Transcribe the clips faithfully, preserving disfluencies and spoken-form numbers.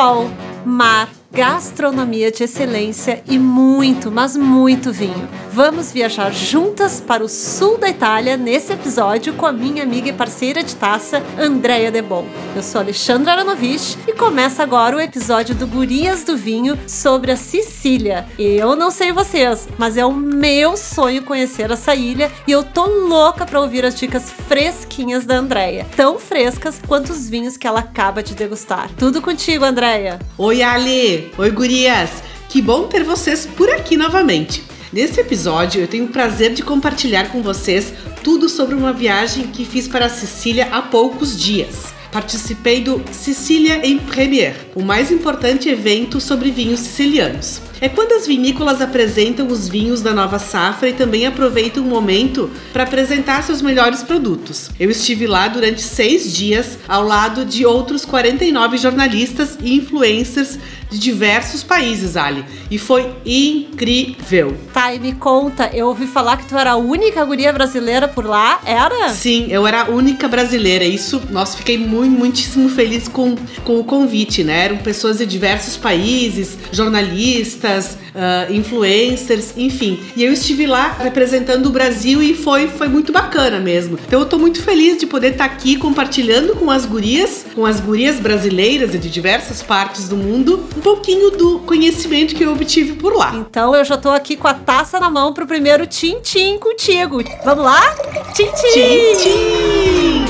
sol, mar, gastronomia de excelência e muito, mas muito vinho. Vamos viajar juntas para o sul da Itália nesse episódio com a minha amiga e parceira de taça, Andrea De Bon. Eu sou Alexandra Aronovich e começa agora o episódio do Gurias do Vinho sobre a Sicília. Eu não sei vocês, mas é o meu sonho conhecer essa ilha e eu tô louca para ouvir as dicas fresquinhas da Andrea, tão frescas quanto os vinhos que ela acaba de degustar. Tudo contigo, Andrea. Oi, Ali! Oi, gurias! Que bom ter vocês por aqui novamente. Nesse episódio, eu tenho o prazer de compartilhar com vocês tudo sobre uma viagem que fiz para a Sicília há poucos dias. Participei do Sicília em Premier, o mais importante evento sobre vinhos sicilianos. É quando as vinícolas apresentam os vinhos da nova safra e também aproveitam o momento para apresentar seus melhores produtos. Eu estive lá durante seis dias ao lado de outros quarenta e nove jornalistas e influencers de diversos países, Ali. E foi incrível. Tá, e me conta, eu ouvi falar que tu era a única guria brasileira por lá, era? Sim, eu era a única brasileira. Isso, nossa, fiquei muito, muitíssimo feliz com, com o convite, né? Eram pessoas de diversos países, jornalistas, Uh, influencers, enfim. E eu estive lá representando o Brasil e foi, foi muito bacana mesmo. Então eu tô muito feliz de poder estar aqui compartilhando com as gurias, com as gurias brasileiras e de diversas partes do mundo, um pouquinho do conhecimento que eu obtive por lá. Então eu já tô aqui com a taça na mão pro primeiro tchim-tchim contigo. Vamos lá? Tchim-tchim! Tchim-tchim!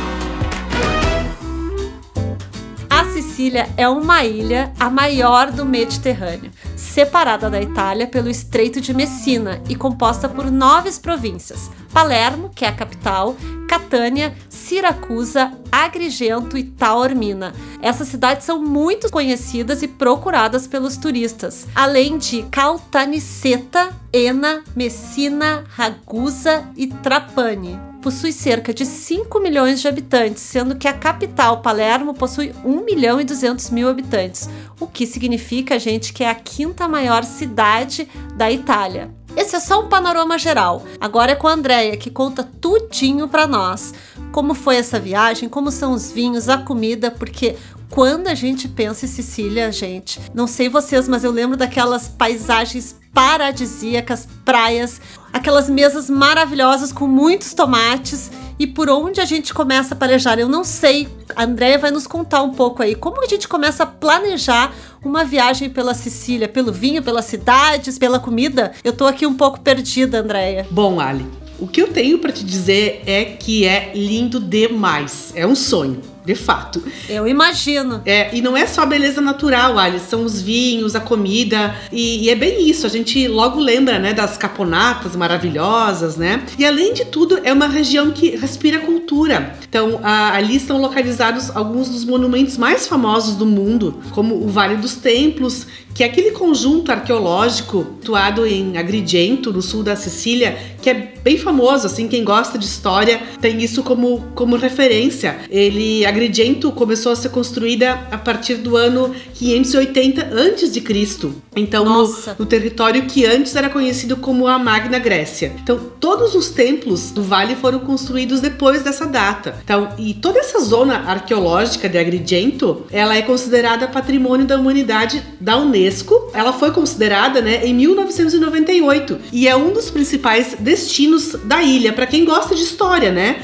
A Sicília é uma ilha, a maior do Mediterrâneo, separada da Itália pelo Estreito de Messina e composta por nove províncias: Palermo, que é a capital, Catânia, Siracusa, Agrigento e Taormina. Essas cidades são muito conhecidas e procuradas pelos turistas, além de Caltanissetta, Enna, Messina, Ragusa e Trapani. Possui cerca de cinco milhões de habitantes, sendo que a capital, Palermo, possui um milhão e duzentos mil habitantes, o que significa, gente, que é a quinta maior cidade da Itália. Esse é só um panorama geral. Agora é com a Andrea, que conta tudinho pra nós. Como foi essa viagem, como são os vinhos, a comida, porque quando a gente pensa em Sicília, gente, não sei vocês, mas eu lembro daquelas paisagens paradisíacas, praias, aquelas mesas maravilhosas com muitos tomates. E por onde a gente começa a planejar? Eu não sei, a Andrea vai nos contar um pouco aí. Como a gente começa a planejar uma viagem pela Sicília? Pelo vinho, pelas cidades, pela comida? Eu tô aqui um pouco perdida, Andrea. Bom, Ali, o que eu tenho para te dizer é que é lindo demais. É um sonho. De fato. Eu imagino. É, e não é só a beleza natural, Alice, são os vinhos, a comida, e, e é bem isso, a gente logo lembra, né, das caponatas maravilhosas, né? E além de tudo, é uma região que respira cultura. Então, a, ali estão localizados alguns dos monumentos mais famosos do mundo, como o Vale dos Templos, que é aquele conjunto arqueológico situado em Agrigento, no sul da Sicília, que é bem famoso, assim, quem gosta de história tem isso como, como referência. Ele, Agrigento começou a ser construída a partir do ano quinhentos e oitenta antes de Cristo. Então, no, no território que antes era conhecido como a Magna Grécia. Então, todos os templos do vale foram construídos depois dessa data. Então, e toda essa zona arqueológica de Agrigento, ela é considerada patrimônio da humanidade da Unesco. Ela foi considerada, né, em mil novecentos e noventa e oito e é um dos principais destinos da ilha, para quem gosta de história, né?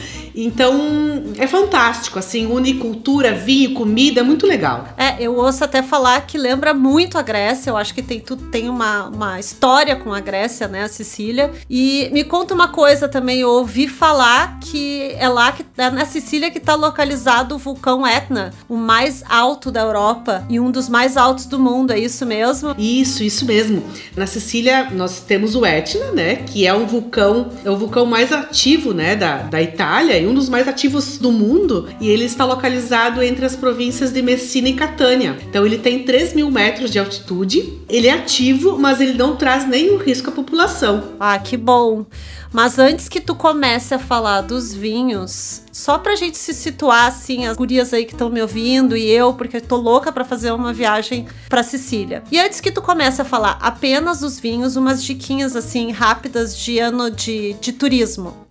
Então, é fantástico, assim, une cultura, vinho, comida, muito legal. É, eu ouço até falar que lembra muito a Grécia, eu acho que tem, tudo, tem uma, uma história com a Grécia, né, a Sicília. E me conta uma coisa também, eu ouvi falar que é lá, que é na Sicília que está localizado o vulcão Etna, o mais alto da Europa e um dos mais altos do mundo, é isso mesmo? Isso, isso mesmo. Na Sicília, nós temos o Etna, né, que é um vulcão, é o vulcão mais ativo, né, da, da Itália, e um dos mais ativos do mundo, e ele está localizado entre as províncias de Messina e Catânia. Então ele tem três mil metros de altitude, ele é ativo, mas ele não traz nenhum risco à população. Ah, que bom! Mas antes que tu comece a falar dos vinhos, só pra gente se situar, assim, as gurias aí que estão me ouvindo e eu, porque eu tô louca pra fazer uma viagem pra Sicília. E antes que tu comece a falar apenas dos vinhos, umas diquinhas, assim, rápidas de ano de, de turismo,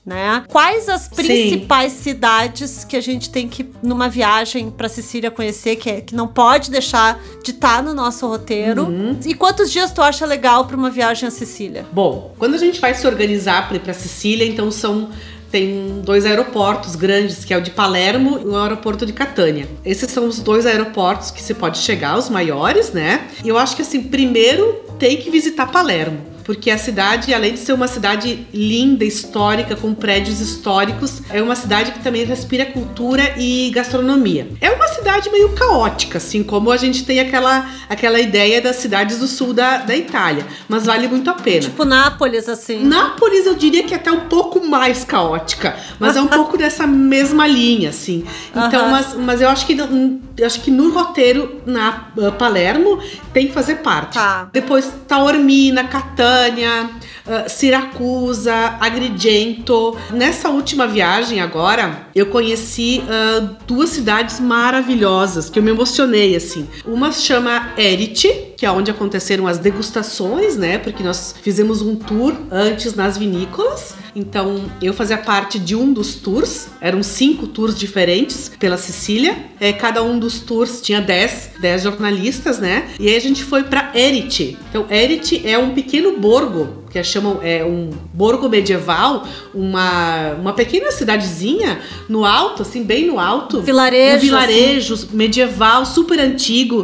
né? Quais as principais Sim. cidades que a gente tem que, numa viagem pra Sicília, conhecer, que, é, que não pode deixar de estar no nosso roteiro? Uhum. E quantos dias tu acha legal pra uma viagem à Sicília? Bom, quando a gente vai se organizar para ir pra Sicília, então são... Tem dois aeroportos grandes, que é o de Palermo e o aeroporto de Catânia. Esses são os dois aeroportos que você pode chegar, os maiores, né? E eu acho que, assim, primeiro tem que visitar Palermo. Porque a cidade, além de ser uma cidade linda, histórica, com prédios históricos, é uma cidade que também respira cultura e gastronomia. É uma cidade meio caótica, assim, como a gente tem aquela, aquela ideia das cidades do sul da, da Itália. Mas vale muito a pena. Tipo Nápoles, assim. Nápoles, eu diria que é até um pouco mais caótica. Mas é um pouco dessa mesma linha, assim. Então, uh-huh. mas, mas eu acho que, eu acho que no roteiro, na uh, Palermo, tem que fazer parte. Tá. Depois, Taormina, Catânia, Uh, Siracusa, Agrigento. Nessa última viagem agora, eu conheci uh, duas cidades maravilhosas que eu me emocionei, assim. Uma se chama Eriti, que é onde aconteceram as degustações, né? Porque nós fizemos um tour antes nas vinícolas. Então, eu fazia parte de um dos tours. Eram cinco tours diferentes pela Sicília. É, cada um dos tours tinha dez, dez jornalistas, né? E aí a gente foi para Eriti. Então, Eriti é um pequeno borgo, que chamam é um borgo medieval, uma, uma pequena cidadezinha no alto, assim, bem no alto. Vilarejo. Um vilarejo assim. medieval, super antigo.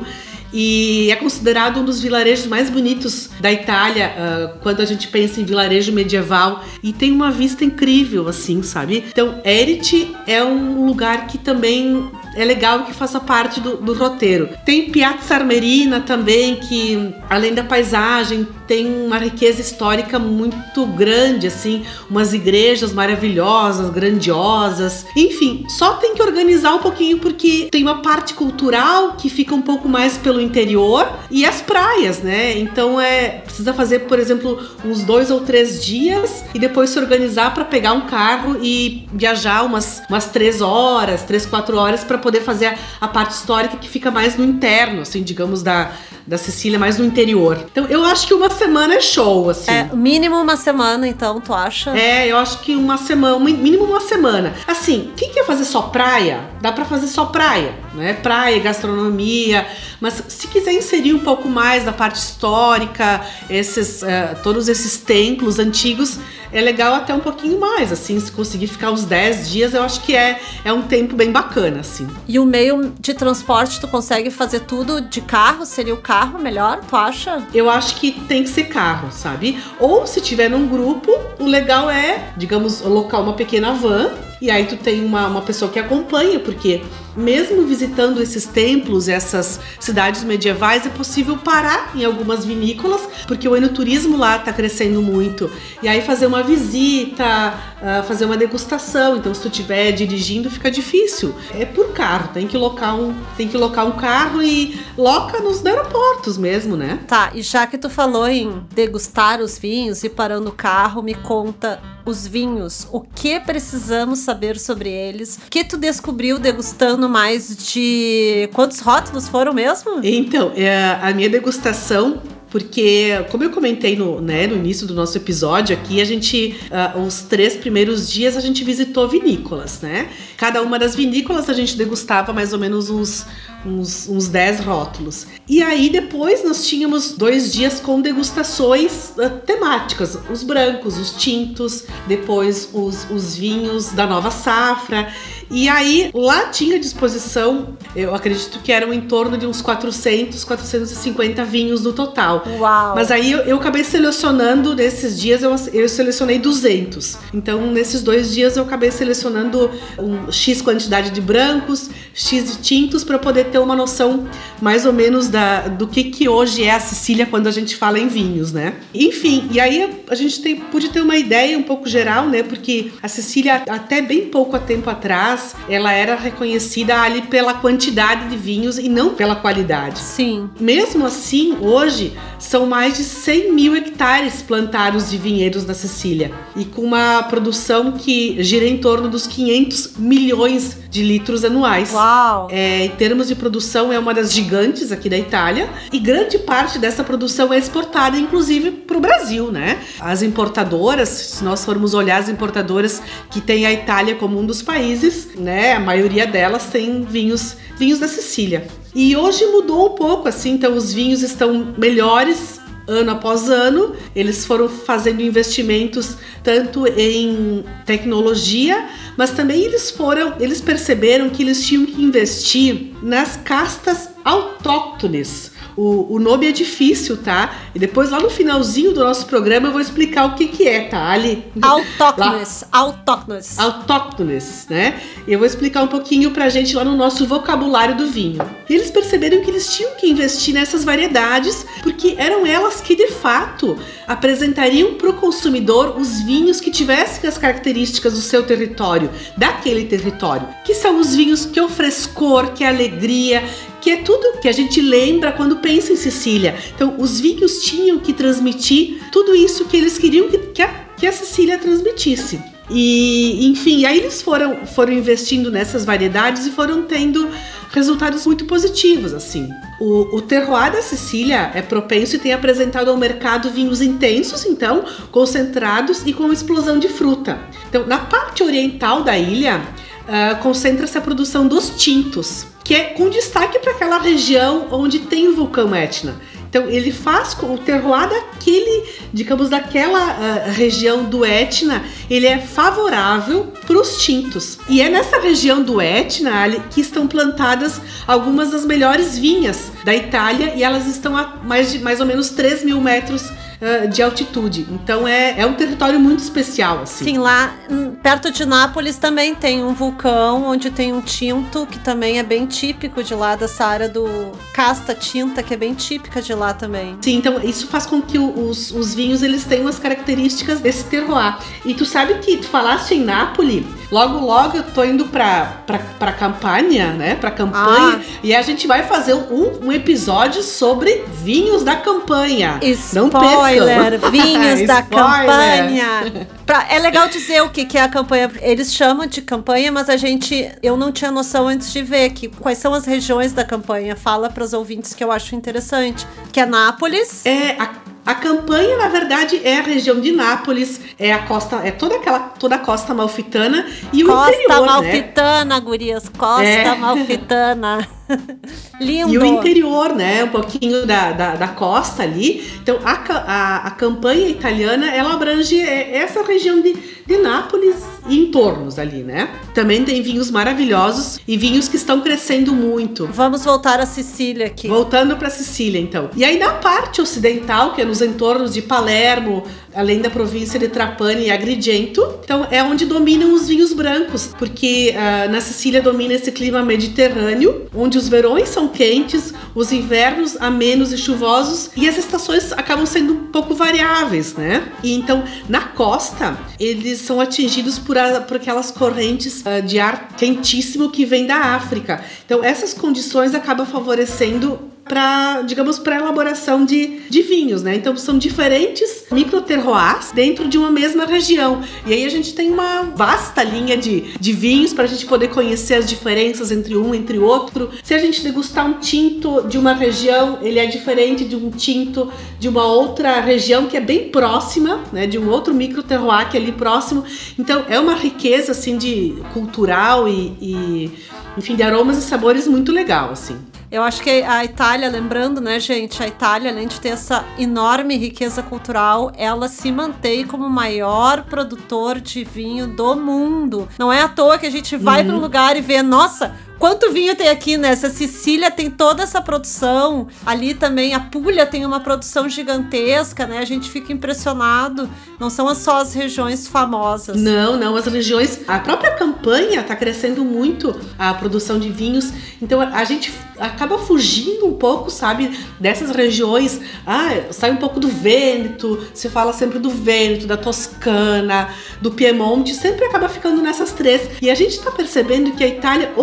E é considerado um dos vilarejos mais bonitos da Itália, uh, quando a gente pensa em vilarejo medieval. E tem uma vista incrível, assim, sabe? Então, Eriti é um lugar que também é legal que faça parte do, do roteiro. Tem Piazza Armerina também, que além da paisagem, tem uma riqueza histórica muito grande, assim, umas igrejas maravilhosas, grandiosas. Enfim, só tem que organizar um pouquinho, porque tem uma parte cultural que fica um pouco mais pelo interior e as praias, né? Então é precisa fazer, por exemplo, uns dois ou três dias e depois se organizar para pegar um carro e viajar umas, umas três horas, três, quatro horas para poder fazer a, a parte histórica que fica mais no interno, assim, digamos, da, da Sicília, mais no interior. Então eu acho que uma semana é show, assim. É, mínimo uma semana, então, tu acha? É, eu acho que uma semana, mínimo uma semana. Assim, quem quer fazer só praia, dá pra fazer só praia, né? Praia, gastronomia, mas se quiser inserir um pouco mais da parte histórica, esses, uh, todos esses templos antigos, é legal até um pouquinho mais, assim, se conseguir ficar uns dez dias, eu acho que é, é um tempo bem bacana, assim. E o meio de transporte, tu consegue fazer tudo de carro? Seria o carro melhor, tu acha? Eu acho que tem que ser carro, sabe? Ou se tiver num grupo, o legal é, digamos, alocar uma pequena van e aí tu tem uma, uma pessoa que acompanha, porque mesmo visitando esses templos, essas cidades medievais, é possível parar em algumas vinícolas, porque o enoturismo lá tá crescendo muito. E aí fazer uma visita, uh, fazer uma degustação. Então, se tu estiver dirigindo, fica difícil. É por carro, tem que locar um, tem que locar um carro e loca nos aeroportos mesmo, né? Tá, e já que tu falou em degustar os vinhos e parando o carro, me conta os vinhos, o que precisamos saber sobre eles? O que tu descobriu degustando mais de... Quantos rótulos foram mesmo? Então, é, a minha degustação... Porque, como eu comentei no, né, no início do nosso episódio aqui, a gente, uh, os três primeiros dias a gente visitou vinícolas, né? Cada uma das vinícolas a gente degustava mais ou menos uns, uns, uns dez rótulos. E aí depois nós tínhamos dois dias com degustações uh, temáticas, os brancos, os tintos, depois os, os vinhos da nova safra. E aí lá tinha à disposição, eu acredito que eram em torno de uns quatrocentos, quatrocentos e cinquenta vinhos no total. Uau. Mas aí eu, eu acabei selecionando, nesses dias eu, eu selecionei duzentos. Então nesses dois dias eu acabei selecionando um X quantidade de brancos, X de tintos, para poder ter uma noção mais ou menos da, do que, que hoje é a Sicília quando a gente fala em vinhos, né? Enfim, e aí a gente tem, pôde ter uma ideia um pouco geral, né? Porque a Sicília, até bem pouco tempo atrás, ela era reconhecida ali pela quantidade de vinhos e não pela qualidade. Sim. Mesmo assim, hoje, são mais de cem mil hectares plantados de vinhedos na Sicília e com uma produção que gira em torno dos quinhentos milhões de litros anuais. Uau! É, em termos de produção, é uma das gigantes aqui da Itália e grande parte dessa produção é exportada, inclusive, para o Brasil, né? As importadoras, se nós formos olhar as importadoras que tem a Itália como um dos países, né? A maioria delas tem vinhos, vinhos da Sicília. E hoje mudou um pouco, assim, então os vinhos estão melhores ano após ano. Eles foram fazendo investimentos tanto em tecnologia, mas também eles foram, eles perceberam que eles tinham que investir nas castas autóctones. O, o nome é difícil, tá? E depois lá no finalzinho do nosso programa eu vou explicar o que que é, tá, Ali? Autóctones, autóctones. Autóctones, né? E eu vou explicar um pouquinho pra gente lá no nosso vocabulário do vinho. E eles perceberam que eles tinham que investir nessas variedades porque eram elas que, de fato, apresentariam pro consumidor os vinhos que tivessem as características do seu território, daquele território. Que são os vinhos que é o frescor, que é a alegria, que é tudo que a gente lembra quando pensa em Sicília. Então, os vinhos tinham que transmitir tudo isso que eles queriam que, que, a, que a Sicília transmitisse. E, enfim, aí eles foram, foram investindo nessas variedades e foram tendo resultados muito positivos, assim. O, o terroir da Sicília é propenso e tem apresentado ao mercado vinhos intensos, então, concentrados e com explosão de fruta. Então, na parte oriental da ilha, uh, concentra-se a produção dos tintos, que é com destaque para aquela região onde tem o vulcão Etna. Então, ele faz o terroir daquele, digamos, daquela uh, região do Etna, ele é favorável para os tintos. E é nessa região do Etna ali, que estão plantadas algumas das melhores vinhas da Itália e elas estão a mais, de, mais ou menos três mil metros uh, de altitude. Então, é, é um território muito especial, assim. Sim, lá perto de Nápoles também tem um vulcão onde tem um tinto que também é bem típico de lá, dessa área do casta tinta, que é bem típica de lá também. Sim, então isso faz com que os, os vinhos eles tenham as características desse terroir. E tu sabe que tu falaste em Nápoles, logo logo eu tô indo pra, pra, pra Campania, né, pra Campanha, ah. E a gente vai fazer um, um episódio sobre vinhos da Campanha. Spoiler, vinhos da Campanha. Pra, é legal dizer o que, que é a Campanha. Eles chamam de Campanha, mas a gente, eu não tinha noção antes de ver que, quais são as regiões da Campanha. Fala para os ouvintes que eu acho interessante. Que é Nápoles. É, a, a Campanha, na verdade, é a região de Nápoles, é a costa, é toda aquela, toda a costa amalfitana e o costa interior, amalfitana, né? Gurias, costa é. amalfitana. Lindo. E o interior, né? Um pouquinho da, da, da costa ali. Então, a, a, a Campanha italiana, ela abrange essa região de, de Nápoles e entornos ali, né? Também tem vinhos maravilhosos e vinhos que estão crescendo muito. Vamos voltar à Sicília aqui. Voltando para Sicília, então. E aí, na parte ocidental, que é nos entornos de Palermo, além da província de Trapani e Agrigento, então é onde dominam os vinhos brancos, porque uh, na Sicília domina esse clima mediterrâneo, onde os verões são quentes, os invernos amenos e chuvosos, e as estações acabam sendo um pouco variáveis, né? E então, na costa, eles são atingidos por, a, por aquelas correntes uh, de ar quentíssimo que vem da África. Então, essas condições acabam favorecendo para, digamos, para a elaboração de, de vinhos, né? Então são diferentes microterroirs dentro de uma mesma região. E aí a gente tem uma vasta linha de, de vinhos para a gente poder conhecer as diferenças entre um e entre outro. Se a gente degustar um tinto de uma região, ele é diferente de um tinto de uma outra região que é bem próxima, né? De um outro microterroir que é ali próximo. Então é uma riqueza assim de cultural e, e enfim, de aromas e sabores muito legal, assim. Eu acho que a Itália, lembrando, né, gente, a Itália, além de ter essa enorme riqueza cultural, ela se mantém como o maior produtor de vinho do mundo. Não é à toa que a gente vai uhum. para um lugar e vê, nossa, quanto vinho tem aqui, né? Essa Sicília tem toda essa produção. Ali também a Puglia tem uma produção gigantesca, né? A gente fica impressionado. Não são só as regiões famosas. Não, não. As regiões... A própria Campanha está crescendo muito a produção de vinhos. Então a gente acaba fugindo um pouco, sabe? Dessas regiões. Ah, sai um pouco do Vêneto. Se fala sempre do Vêneto, da Toscana, do Piemonte. Sempre acaba ficando nessas três. E a gente está percebendo que a Itália, outras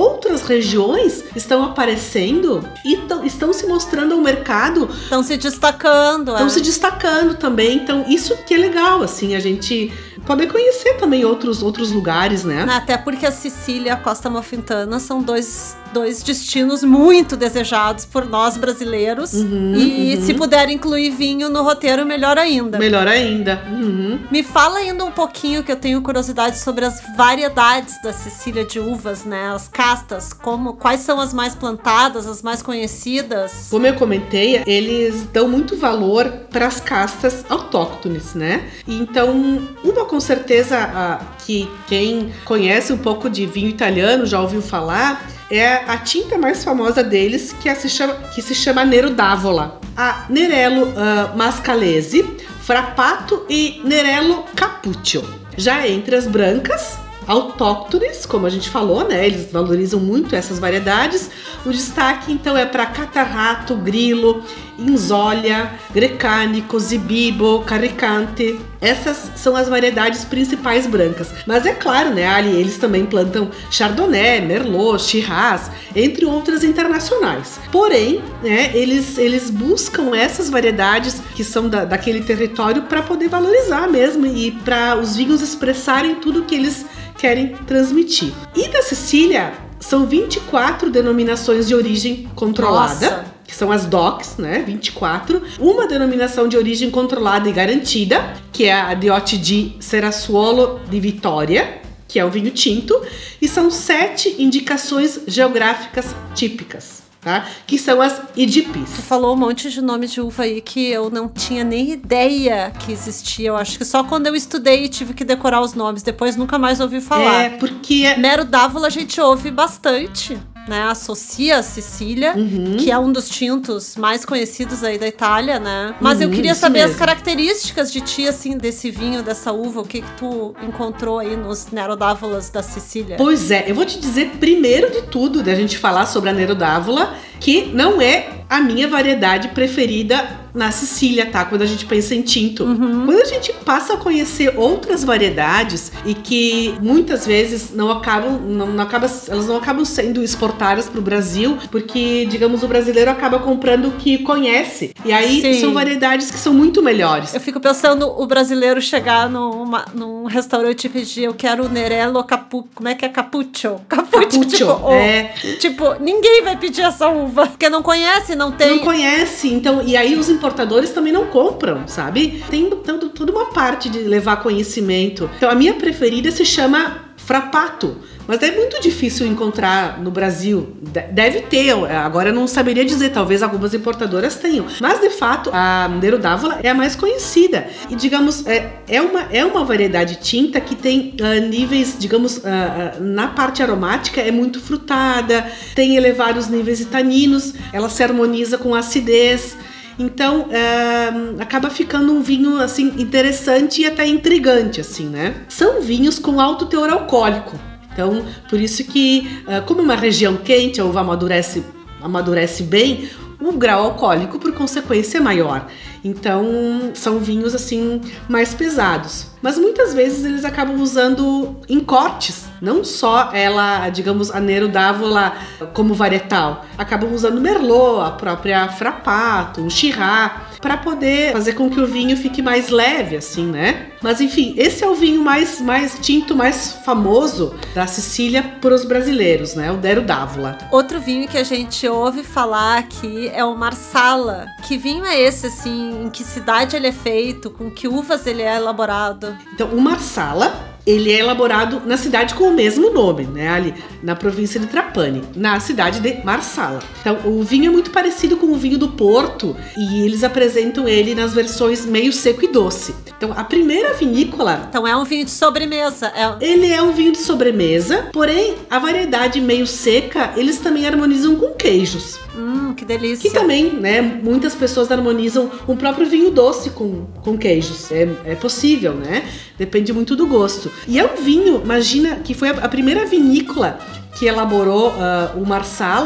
outras regiões estão aparecendo e tão, estão se mostrando ao mercado. Estão se destacando. Estão é. se destacando também. Então, isso que é legal, assim, a gente poder conhecer também outros, outros lugares, né? Até porque a Sicília e a Costa Amalfitana são dois, dois destinos muito desejados por nós brasileiros. Uhum, e uhum. se puder incluir vinho no roteiro, melhor ainda. Melhor ainda. Uhum. Me fala ainda um pouquinho, que eu tenho curiosidade sobre as variedades da Sicília de uvas, né? As castas, como, quais são as mais plantadas, as mais conhecidas? Como eu comentei, eles dão muito valor para as castas autóctones, né? Então, uma com certeza a, que quem conhece um pouco de vinho italiano já ouviu falar, é a tinta mais famosa deles, que, é, se, chama, que se chama Nero d'Avola. A Nerello uh, Mascalese, Frappato e Nerello Cappuccio. Já entre as brancas, autóctones, como a gente falou, né? Eles valorizam muito essas variedades. O destaque, então, é para Catarrato, Grillo, Inzolia, Grecanico, Zibibo, Carricante. Essas são as variedades principais brancas. Mas é claro, né, Ali, eles também plantam Chardonnay, Merlot, Shiraz, entre outras internacionais. Porém, né, eles, eles buscam essas variedades que são da, daquele território para poder valorizar mesmo e para os vinhos expressarem tudo que eles querem transmitir. E da Sicília, são vinte e quatro denominações de origem controlada. Nossa. Que são as D O Cs, né? vinte e quatro. Uma denominação de origem controlada e garantida, que é a Diote di Cerasuolo di Vittoria, que é um vinho tinto. E são sete indicações geográficas típicas, tá? Que são as I G Ps. Tu falou um monte de nome de uva aí que eu não tinha nem ideia que existia. Eu acho que só quando eu estudei tive que decorar os nomes. Depois nunca mais ouvi falar. É, porque... Nero d'Avola a gente ouve bastante, né? Associa a Sicília, Uhum. que é um dos tintos mais conhecidos aí da Itália, né? Mas Uhum, eu queria isso saber mesmo. as características de ti, assim, desse vinho, dessa uva. O que que tu encontrou aí nos Nero d'Avolas da Sicília? Pois é, eu vou te dizer primeiro de tudo, da gente falar sobre a Nero d'Avola, que não é a minha variedade preferida na Sicília, tá? Quando a gente pensa em tinto. Uhum. Quando a gente passa a conhecer outras variedades e que muitas vezes não acabam, não, não acaba, elas não acabam sendo exportadas para o Brasil, porque, digamos, o brasileiro acaba comprando o que conhece. E aí Sim. são variedades que são muito melhores. Eu fico pensando o brasileiro chegar numa, num restaurante e pedir, eu quero Nerello Capu... Como é que é? Cappuccio? Cappuccio, Cappuccio, tipo, oh, é. tipo, ninguém vai pedir essa uva, porque não conhece, não tem... Não conhece, então, e aí os importadores também não compram, sabe? Tem tanto, toda uma parte de levar conhecimento. Então, a minha preferida se chama Frappato, mas é muito difícil encontrar no Brasil. Deve ter, agora eu não saberia dizer, talvez algumas importadoras tenham. Mas, de fato, a Nero d'Avola é a mais conhecida. E, digamos, é, é, uma, é uma variedade tinta que tem uh, níveis, digamos, uh, uh, na parte aromática é muito frutada, tem elevados níveis de taninos, ela se harmoniza com a acidez. Então, é, acaba ficando um vinho, assim, interessante e até intrigante, assim, né? São vinhos com alto teor alcoólico. Então, por isso que, como é uma região quente, a uva amadurece, amadurece bem, o grau alcoólico, por consequência, é maior. Então, são vinhos, assim, mais pesados. Mas muitas vezes eles acabam usando em cortes, não só ela, digamos, a Nero d'Avola como varietal. Acabam usando Merlot, a própria Frappato, um Shiraz, para poder fazer com que o vinho fique mais leve, assim, né? Mas enfim, esse é o vinho mais, mais tinto, mais famoso da Sicília para os brasileiros, né? O Nero d'Avola. Outro vinho que a gente ouve falar aqui é o Marsala. Que vinho é esse, assim? Em que cidade ele é feito? Com que uvas ele é elaborado? Então, o Marsala, ele é elaborado na cidade com o mesmo nome, né? Ali na província de Trapani, na cidade de Marsala. Então, o vinho é muito parecido com o vinho do Porto e eles apresentam ele nas versões meio seco e doce. Então, a primeira vinícola... Então, é um vinho de sobremesa. É... Ele é um vinho de sobremesa, porém, a variedade meio seca, eles também harmonizam com queijos. Hum, que delícia. Que também, né, muitas pessoas harmonizam o próprio vinho doce com, com queijos. É, é possível, né? Depende muito do gosto. E é um vinho, imagina, que foi a, a primeira vinícola que elaborou uh, o Marsala,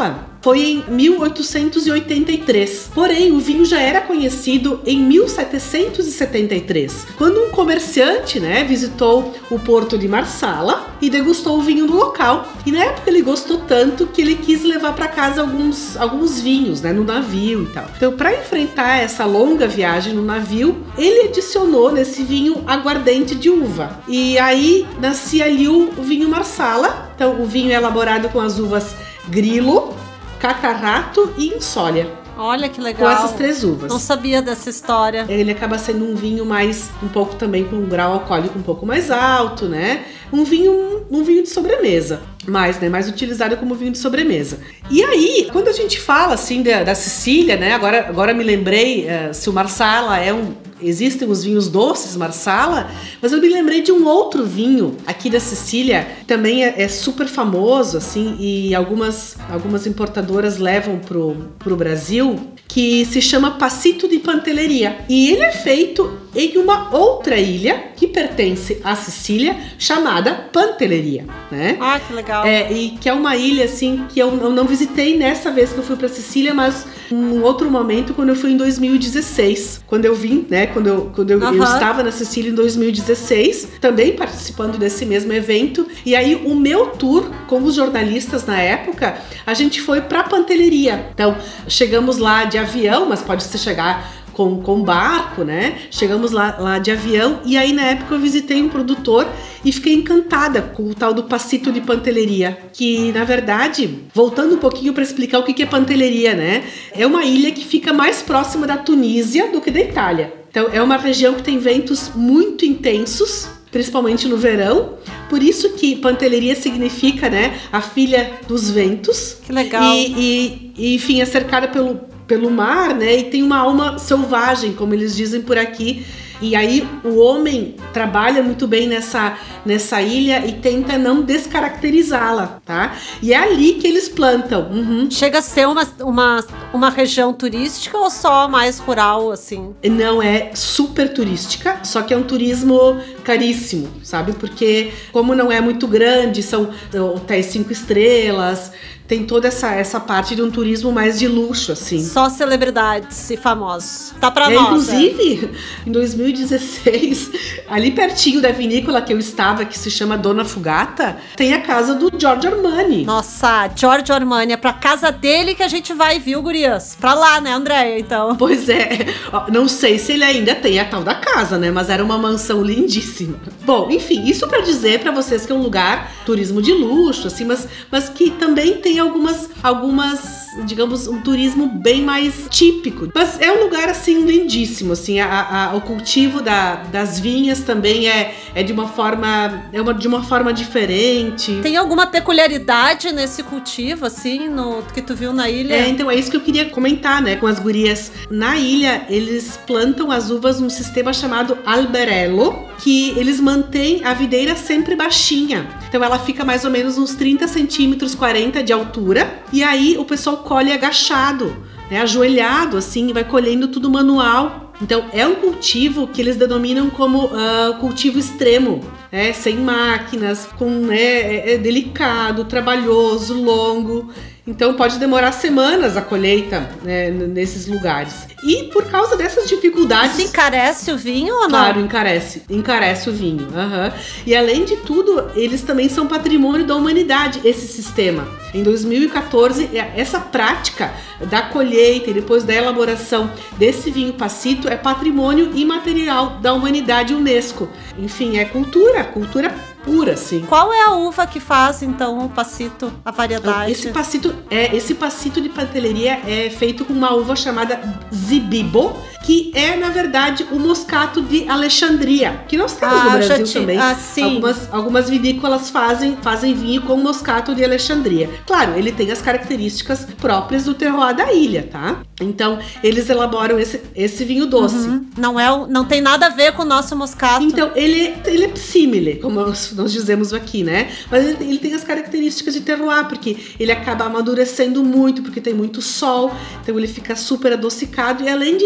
foi em mil oitocentos e oitenta e três. Porém, o vinho já era conhecido em mil setecentos e setenta e três, quando um comerciante, né, visitou o porto de Marsala e degustou o vinho do local. E na época ele gostou tanto que ele quis levar para casa alguns, alguns vinhos, né, no navio e tal. Então, para enfrentar essa longa viagem no navio, ele adicionou nesse vinho aguardente de uva. E aí nascia ali o, o vinho Marsala. Então, o vinho é elaborado com as uvas Grilo, Catarrato e Insólia. Olha que legal. Com essas três uvas. Não sabia dessa história. Ele acaba sendo um vinho mais, um pouco também com um grau alcoólico um pouco mais alto, né? Um vinho, um vinho de sobremesa. Mais, né? Mais utilizado como vinho de sobremesa. E aí, quando a gente fala, assim, da, da Sicília, né? Agora, agora me lembrei, uh, se o Marsala é um... Existem os vinhos doces Marsala, mas eu me lembrei de um outro vinho aqui da Sicília, também é, é super famoso, assim, e algumas, algumas importadoras levam pro, pro Brasil, que se chama Passito di Pantelleria. E ele é feito em uma outra ilha que pertence à Sicília, chamada Pantelleria, né? Ah, que legal. É, e que é uma ilha, assim, que eu, eu não visitei nessa vez que eu fui pra Sicília, mas em um outro momento, quando eu fui em dois mil e dezesseis, quando eu vim, né, quando eu, quando eu, uhum. eu estava na Sicília em dois mil e dezesseis, também participando desse mesmo evento, e aí o meu tour com os jornalistas na época, a gente foi pra Pantelleria. Então, chegamos lá de avião, mas pode se chegar com, com barco, né? Chegamos lá, lá de avião, e aí na época eu visitei um produtor e fiquei encantada com o tal do Passito di Pantelleria, que na verdade, voltando um pouquinho para explicar o que é Pantelleria, né? É uma ilha que fica mais próxima da Tunísia do que da Itália. Então é uma região que tem ventos muito intensos, principalmente no verão. Por isso que Pantelleria significa, né, a filha dos ventos. Que legal. E, e, e enfim, é cercada pelo, pelo mar, né, e tem uma alma selvagem, como eles dizem por aqui. E aí o homem trabalha muito bem nessa, nessa ilha e tenta não descaracterizá-la, tá? E é ali que eles plantam. Uhum. Chega a ser uma, uma, uma região turística ou só mais rural, assim? Não, é super turística, só que é um turismo caríssimo, sabe? Porque como não é muito grande, são hotéis cinco estrelas, tem toda essa, essa parte de um turismo mais de luxo, assim. Só celebridades e famosos. Tá pra é, nós. Inclusive, é. em dois mil e dezesseis, ali pertinho da vinícola que eu estava, que se chama Dona Fugata, tem a casa do Giorgio Armani. Nossa, Giorgio Armani, é pra casa dele que a gente vai, viu, gurias? Pra lá, né, Andréia, então? Pois é. Não sei se ele ainda tem a tal da casa, né? Mas era uma mansão lindíssima. Bom, enfim, isso pra dizer pra vocês que é um lugar turismo de luxo, assim, mas, mas que também tem algumas, algumas, digamos, um turismo bem mais típico. Mas é um lugar, assim, lindíssimo, assim, a, a, o cultivo da, das vinhas também é, é de uma forma, é uma, de uma forma diferente. Tem alguma peculiaridade nesse cultivo, assim, no que tu viu na ilha? É, então é isso que eu queria comentar, né, com as gurias. Na ilha, eles plantam as uvas num sistema chamado alberello, que eles mantêm a videira sempre baixinha. Então ela fica mais ou menos uns trinta centímetros, quarenta de altura, e aí o pessoal colhe agachado, né, ajoelhado assim, e vai colhendo tudo manual. Então é um cultivo que eles denominam como uh, cultivo extremo, né, sem máquinas, com, né, é, é delicado, trabalhoso, longo. Então pode demorar semanas a colheita, né, nesses lugares. E por causa dessas dificuldades... Isso encarece o vinho ou não? Claro, encarece. Encarece o vinho. Uhum. E além de tudo, eles também são patrimônio da humanidade, esse sistema. Em dois mil e catorze, essa prática da colheita e depois da elaboração desse vinho Passito é patrimônio imaterial da humanidade UNESCO. Enfim, é cultura, cultura pura, sim. Qual é a uva que faz, então, o Passito, a variedade? Esse Passito, é, esse Passito di Pantelleria é feito com uma uva chamada Zibibo, que é, na verdade, o moscato de Alexandria, que nós temos ah, no Brasil te... também. Ah, sim. Algumas, algumas vinícolas fazem, fazem vinho com moscato de Alexandria. Claro, ele tem as características próprias do terroir da ilha, tá? Então, eles elaboram esse, esse vinho doce. Uhum. Não, é, não tem nada a ver com o nosso moscato. Então, ele, ele é símile, como nós, nós dizemos aqui, né? Mas ele, ele tem as características de terroir, porque ele acaba amadurecendo muito, porque tem muito sol, então ele fica super adocicado e, além de tudo,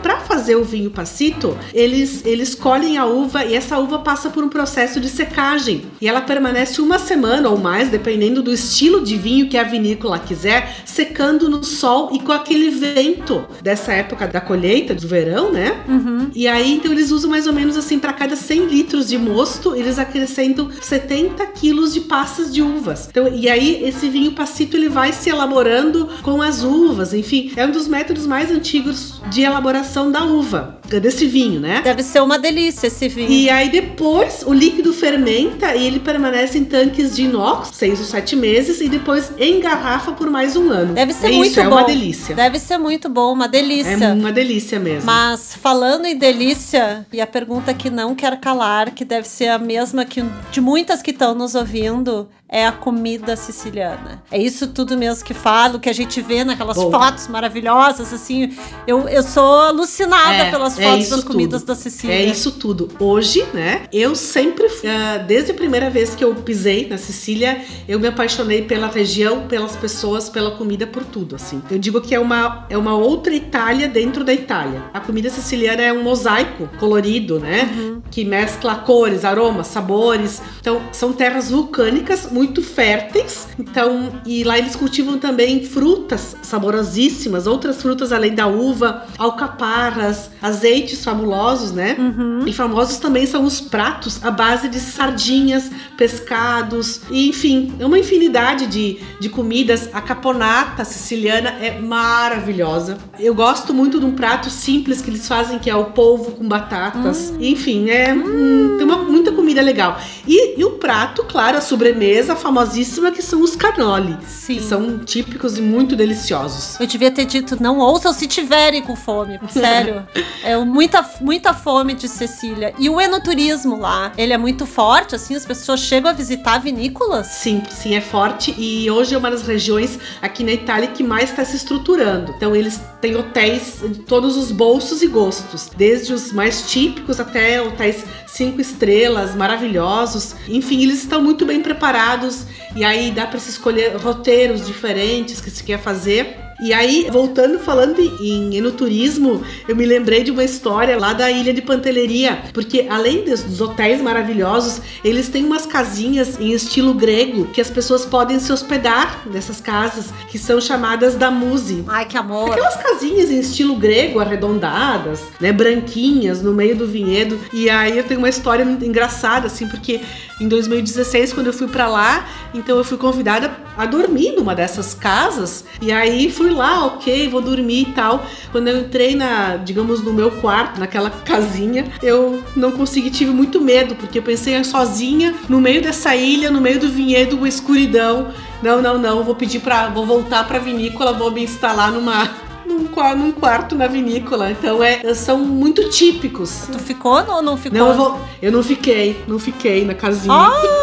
para fazer o vinho passito, eles, eles colhem a uva e essa uva passa por um processo de secagem. E ela permanece uma semana ou mais, dependendo do estilo de vinho que a vinícola quiser, secando no sol e com aquele vento dessa época da colheita, do verão, né? Uhum. E aí, então, eles usam mais ou menos assim, para cada cem litros de mosto, eles acrescentam setenta quilos de passas de uvas. Então, e aí, esse vinho passito, ele vai se elaborando com as uvas, enfim, é um dos métodos mais antigos de elaboração da uva, desse vinho, né? Deve ser uma delícia esse vinho. E aí depois o líquido fermenta e ele permanece em tanques de inox, seis ou sete meses, e depois engarrafa por mais um ano. Deve ser é muito isso, bom. É uma delícia. Deve ser muito bom, uma delícia. É uma delícia mesmo. Mas falando em delícia, e a pergunta que não quer calar, que deve ser a mesma que de muitas que estão nos ouvindo, é a comida siciliana. É isso tudo mesmo que falo, que a gente vê naquelas Bom. fotos maravilhosas, assim. Eu, eu sou alucinada É, pelas é fotos isso das comidas tudo. da Sicília. É isso tudo. Hoje, né, eu sempre, uh, desde a primeira vez que eu pisei na Sicília, eu me apaixonei pela região, pelas pessoas, pela comida, por tudo, assim. Eu digo que é uma, é uma outra Itália dentro da Itália. A comida siciliana é um mosaico colorido, né, Uhum. que mescla cores, aromas, sabores. Então, são terras vulcânicas, muito férteis, então, e lá eles cultivam também frutas saborosíssimas, outras frutas além da uva, alcaparras, azeites fabulosos, né? Uhum. E famosos também são os pratos à base de sardinhas, pescados, e enfim, é uma infinidade de, de comidas. A caponata siciliana é maravilhosa. Eu gosto muito de um prato simples que eles fazem, que é o polvo com batatas. Hum. Enfim, é, hum, tem uma, muita comida legal. E, e o prato, claro, a sobremesa famosíssima, que são os cannoli. Sim. Que são típicos e muito deliciosos. Eu devia ter dito, não ouçam se tiverem com fome. Sério. É muita, muita fome de Sicília. E o enoturismo lá, ele é muito forte, assim, as pessoas chegam a visitar vinícolas. Sim, sim, é forte. E hoje é uma das regiões aqui na Itália que mais está se estruturando. Então eles têm hotéis de todos os bolsos e gostos. Desde os mais típicos até hotéis cinco estrelas, maravilhosos. Enfim, eles estão muito bem preparados. E aí dá para se escolher roteiros diferentes que se quer fazer. E aí, voltando, falando em enoturismo, eu me lembrei de uma história lá da Ilha de Pantelleria, porque além dos, dos hotéis maravilhosos, eles têm umas casinhas em estilo grego que as pessoas podem se hospedar nessas casas, que são chamadas damuse. Ai, que amor. Aquelas casinhas em estilo grego, arredondadas, né, branquinhas, no meio do vinhedo. E aí eu tenho uma história muito engraçada, assim, porque em dois mil e dezesseis, quando eu fui pra lá, então eu fui convidada a dormir numa dessas casas, e aí fui lá, ok, vou dormir e tal. Quando eu entrei na, digamos, no meu quarto, naquela casinha, eu não consegui, tive muito medo, porque eu pensei sozinha, no meio dessa ilha, no meio do vinhedo, uma escuridão. Não, não, não, vou pedir pra, vou voltar pra vinícola, vou me instalar numa... Num, num quarto na vinícola. Então é, são muito típicos. Tu ficou ou não ficou? Não, eu, vou, eu não fiquei, não fiquei na casinha.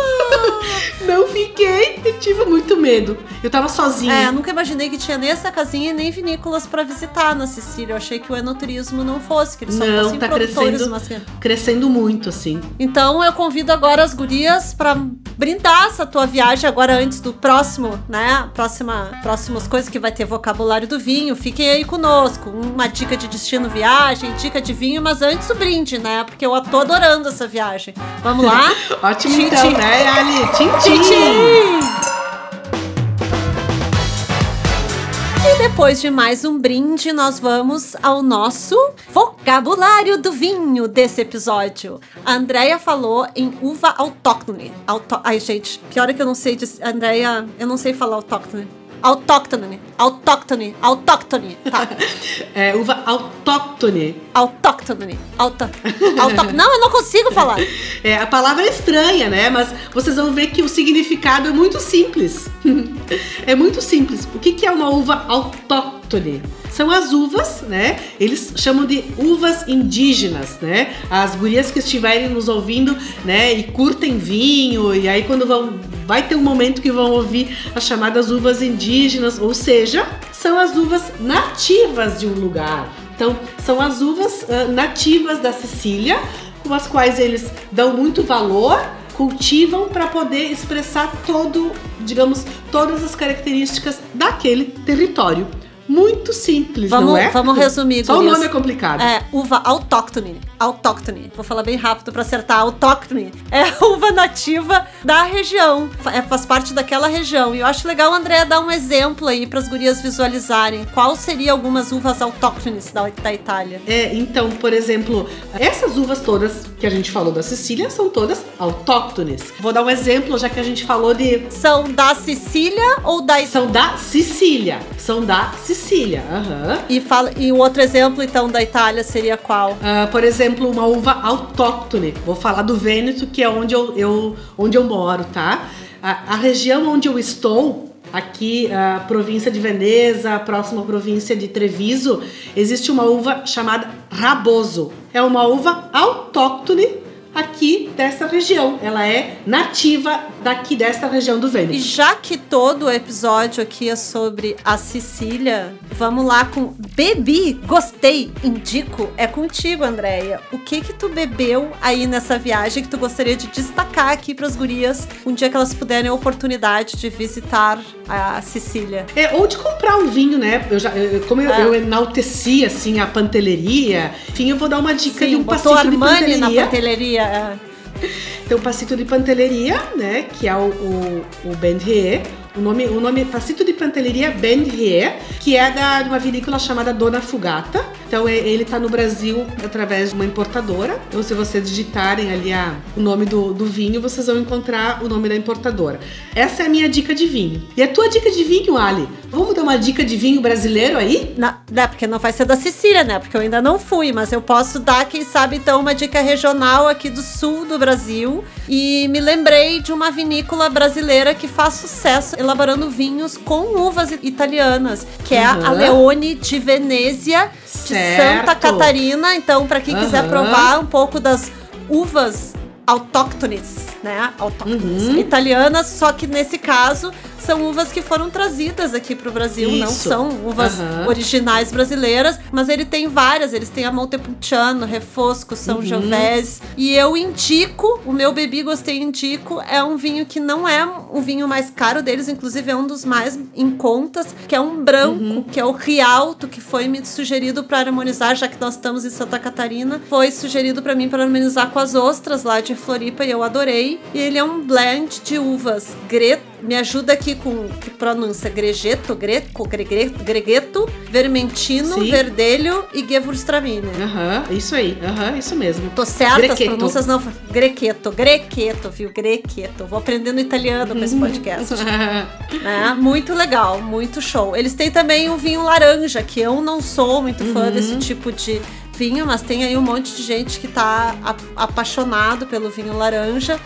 Oh! Não fiquei, eu tive muito medo. Eu tava sozinha. É, eu nunca imaginei que tinha nem essa casinha e nem vinícolas pra visitar na Sicília. Eu achei que o enoturismo não fosse, que eles só não, fossem tá produtores. crescendo, Mas... crescendo muito, assim. Então eu convido agora as gurias pra brindar essa tua viagem agora antes do próximo, né? Próxima, próximas coisas que vai ter vocabulário do vinho. Fiquem aí conosco. Uma dica de destino viagem, dica de vinho, mas antes o brinde, né? Porque eu tô adorando essa viagem. Vamos lá? Ótimo, Tchim, então, tchim. né, Ali? Tchim, Tchim, tchim. tchim. E depois de mais um brinde, nós vamos ao nosso vocabulário do vinho desse episódio. A Andrea falou em uva autóctone. Auto... Ai, gente, pior é que eu não sei dizer. Andrea, eu não sei falar autóctone. Autóctone, autóctone, autóctone. Tá. É, uva autóctone. Autóctone, auto... autóctone. Não, eu não consigo falar. É, a palavra é estranha, né? Mas vocês vão ver que o significado é muito simples. É muito simples. O que, que é uma uva autóctone? São as uvas, né? Eles chamam de uvas indígenas, né? As gurias que estiverem nos ouvindo, né? E curtem vinho, e aí quando vão... Vai ter um momento que vão ouvir as chamadas uvas indígenas, ou seja, são as uvas nativas de um lugar. Então, são as uvas uh, nativas da Sicília, com as quais eles dão muito valor, cultivam para poder expressar todo, digamos, todas as características daquele território. muito simples, vamos, não é? Vamos resumir, Só gurias. o nome é complicado. É, uva autóctone. Autóctone. Vou falar bem rápido pra acertar. Autóctone. É a uva nativa da região. É, faz parte daquela região. E eu acho legal, André, dar um exemplo aí pras gurias visualizarem. Qual seria algumas uvas autóctones da, da Itália? É, então, por exemplo, essas uvas todas que a gente falou da Sicília são todas autóctones. Vou dar um exemplo, já que a gente falou de... São da Sicília ou da... São da Sicília. São da Sicília. Uhum. E, fala, e o outro exemplo, então, da Itália seria qual? Uh, por exemplo, uma uva autóctone. Vou falar do Vêneto, que é onde eu, eu, onde eu moro, tá? A, a região onde eu estou, aqui, a província de Veneza, a próxima província de Treviso, existe uma uva chamada Raboso. É uma uva autóctone aqui dessa região. Ela é nativa daqui dessa região do Vêneto. E já que todo o episódio aqui é sobre a Sicília, vamos lá com bebi, gostei, indico. É contigo, Andréia. O que que tu bebeu aí nessa viagem que tu gostaria de destacar aqui para as gurias um dia que elas puderem a oportunidade de visitar a Sicília? É, ou de comprar um vinho, né? Eu já, eu, como eu, é. eu enalteci assim a panteleria, enfim, eu vou dar uma dica Sim, de um botou passito de Armani panteleria. na panteleria. É. Tem um passito de panteleria, né? Que é o, o, o Ben-Rie. O nome, o nome passito de panteleria Ben-Rie, que é da, de uma vinícola chamada Dona Fugata. Então ele está no Brasil através de uma importadora. Então se vocês digitarem ali a, o nome do, do vinho, vocês vão encontrar o nome da importadora. Essa é a minha dica de vinho. E a tua dica de vinho, Ali? Vamos dar uma dica de vinho brasileiro aí? Não, não, porque não vai ser da Sicília, né? Porque eu ainda não fui, mas eu posso dar, quem sabe, então, uma dica regional aqui do sul do Brasil. E me lembrei de uma vinícola brasileira que faz sucesso elaborando vinhos com uvas italianas, que é uhum. a Leone di Venezia, de certo. Santa Catarina. Então, para quem uhum. quiser provar um pouco das uvas autóctones, né? Autóctones uhum. italianas, só que nesse caso são uvas que foram trazidas aqui pro Brasil, Isso. não são uvas uhum. originais brasileiras, mas ele tem várias, eles têm a Montepulciano, Refosco, São uhum. Giovese, e eu indico, o meu Bebi Gostei indico, é um vinho que não é o vinho mais caro deles, inclusive é um dos mais em contas, que é um branco, uhum. que é o Rialto, que foi me sugerido para harmonizar, já que nós estamos em Santa Catarina, foi sugerido para mim para harmonizar com as ostras lá de Floripa e eu adorei, e ele é um blend de uvas Greto, me ajuda aqui com que pronúncia Gregeto, Greco, Gregeto, Gregeto, Vermentino, Sim. Verdelho e Gewürztraminer. Aham, uhum, isso aí, aham, uhum, isso mesmo. Tô certa, Grequeto. As pronúncias não... Grequeto, Grequeto, viu? Grequeto. Vou aprendendo italiano com esse podcast. É, muito legal, muito show. Eles têm também o vinho laranja, que eu não sou muito fã uhum. desse tipo de vinho, mas tem aí um monte de gente que tá apaixonado pelo vinho laranja.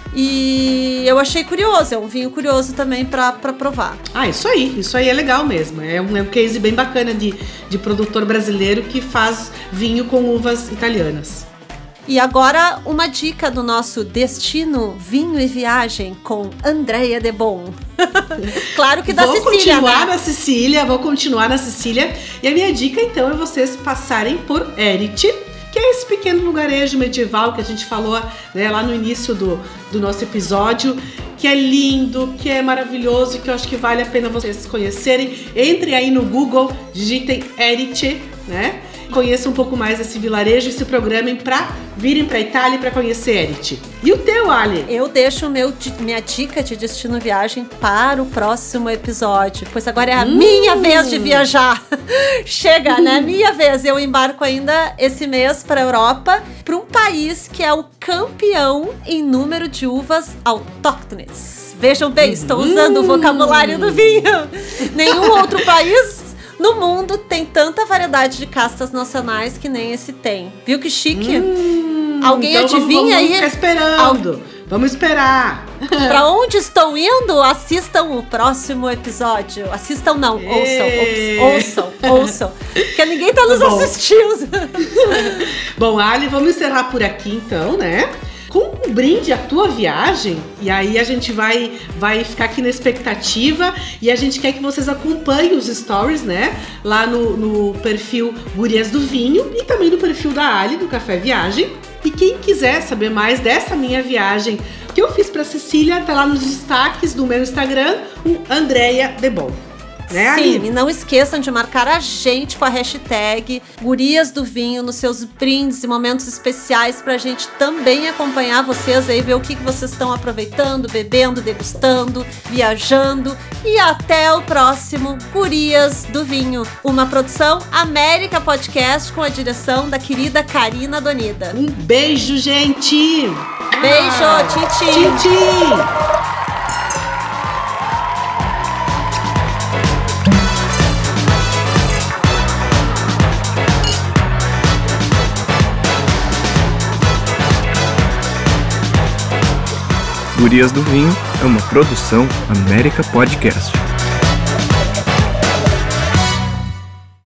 E eu achei curioso, é um vinho curioso também pra, pra provar. Ah, isso aí, isso aí é legal mesmo. É um, é um case bem bacana de, de produtor brasileiro que faz vinho com uvas italianas. E agora uma dica do nosso Destino Vinho e Viagem com Andréia Debon. Claro que da vou Sicília, Vou continuar né? na Sicília, vou continuar na Sicília. E a minha dica então é vocês passarem por Eriti, que é esse pequeno lugarejo medieval que a gente falou, né, lá no início do, do nosso episódio, que é lindo, que é maravilhoso, que eu acho que vale a pena vocês conhecerem. Entrem aí no Google, digitem Eriti, né? Conheçam um pouco mais esse vilarejo e se programem para virem para Itália para conhecer Eriti. E o teu, Ali? Eu deixo meu, minha dica de destino viagem para o próximo episódio, pois agora é a hum. minha vez de viajar. Chega, né? Minha vez. Eu embarco ainda esse mês para a Europa, para um país que é o campeão em número de uvas autóctones. Vejam bem, estou usando hum. o vocabulário do vinho. Nenhum outro país no mundo tem tanta variedade de castas nacionais que nem esse tem. Viu que chique? Hum, Alguém então adivinha vamos, vamos aí? Vamos ficar esperando. Al... Vamos esperar. Pra onde estão indo? Assistam o próximo episódio. Assistam não, ouçam, ouçam, ouçam, ouçam. Porque ninguém tá nos Bom. assistindo. Bom, Ali, vamos encerrar por aqui então, né? Com um brinde à tua viagem, e aí a gente vai, vai ficar aqui na expectativa e a gente quer que vocês acompanhem os stories, né? Lá no, no perfil Gurias do Vinho e também no perfil da Ali, do Café Viagem. E quem quiser saber mais dessa minha viagem que eu fiz para Sicília, tá lá nos destaques do meu Instagram, o Andréia Debon. né, Sim, Ali? e não esqueçam de marcar a gente com a hashtag Gurias do Vinho nos seus brindes e momentos especiais pra gente também acompanhar vocês aí, ver o que que vocês estão aproveitando, bebendo, degustando, viajando. E até o próximo Gurias do Vinho, uma produção América Podcast com a direção da querida Karina Donida. Um beijo, gente! Beijo, ah, tchim, tchim, tchim. Gurias do Vinho é uma produção América Podcast.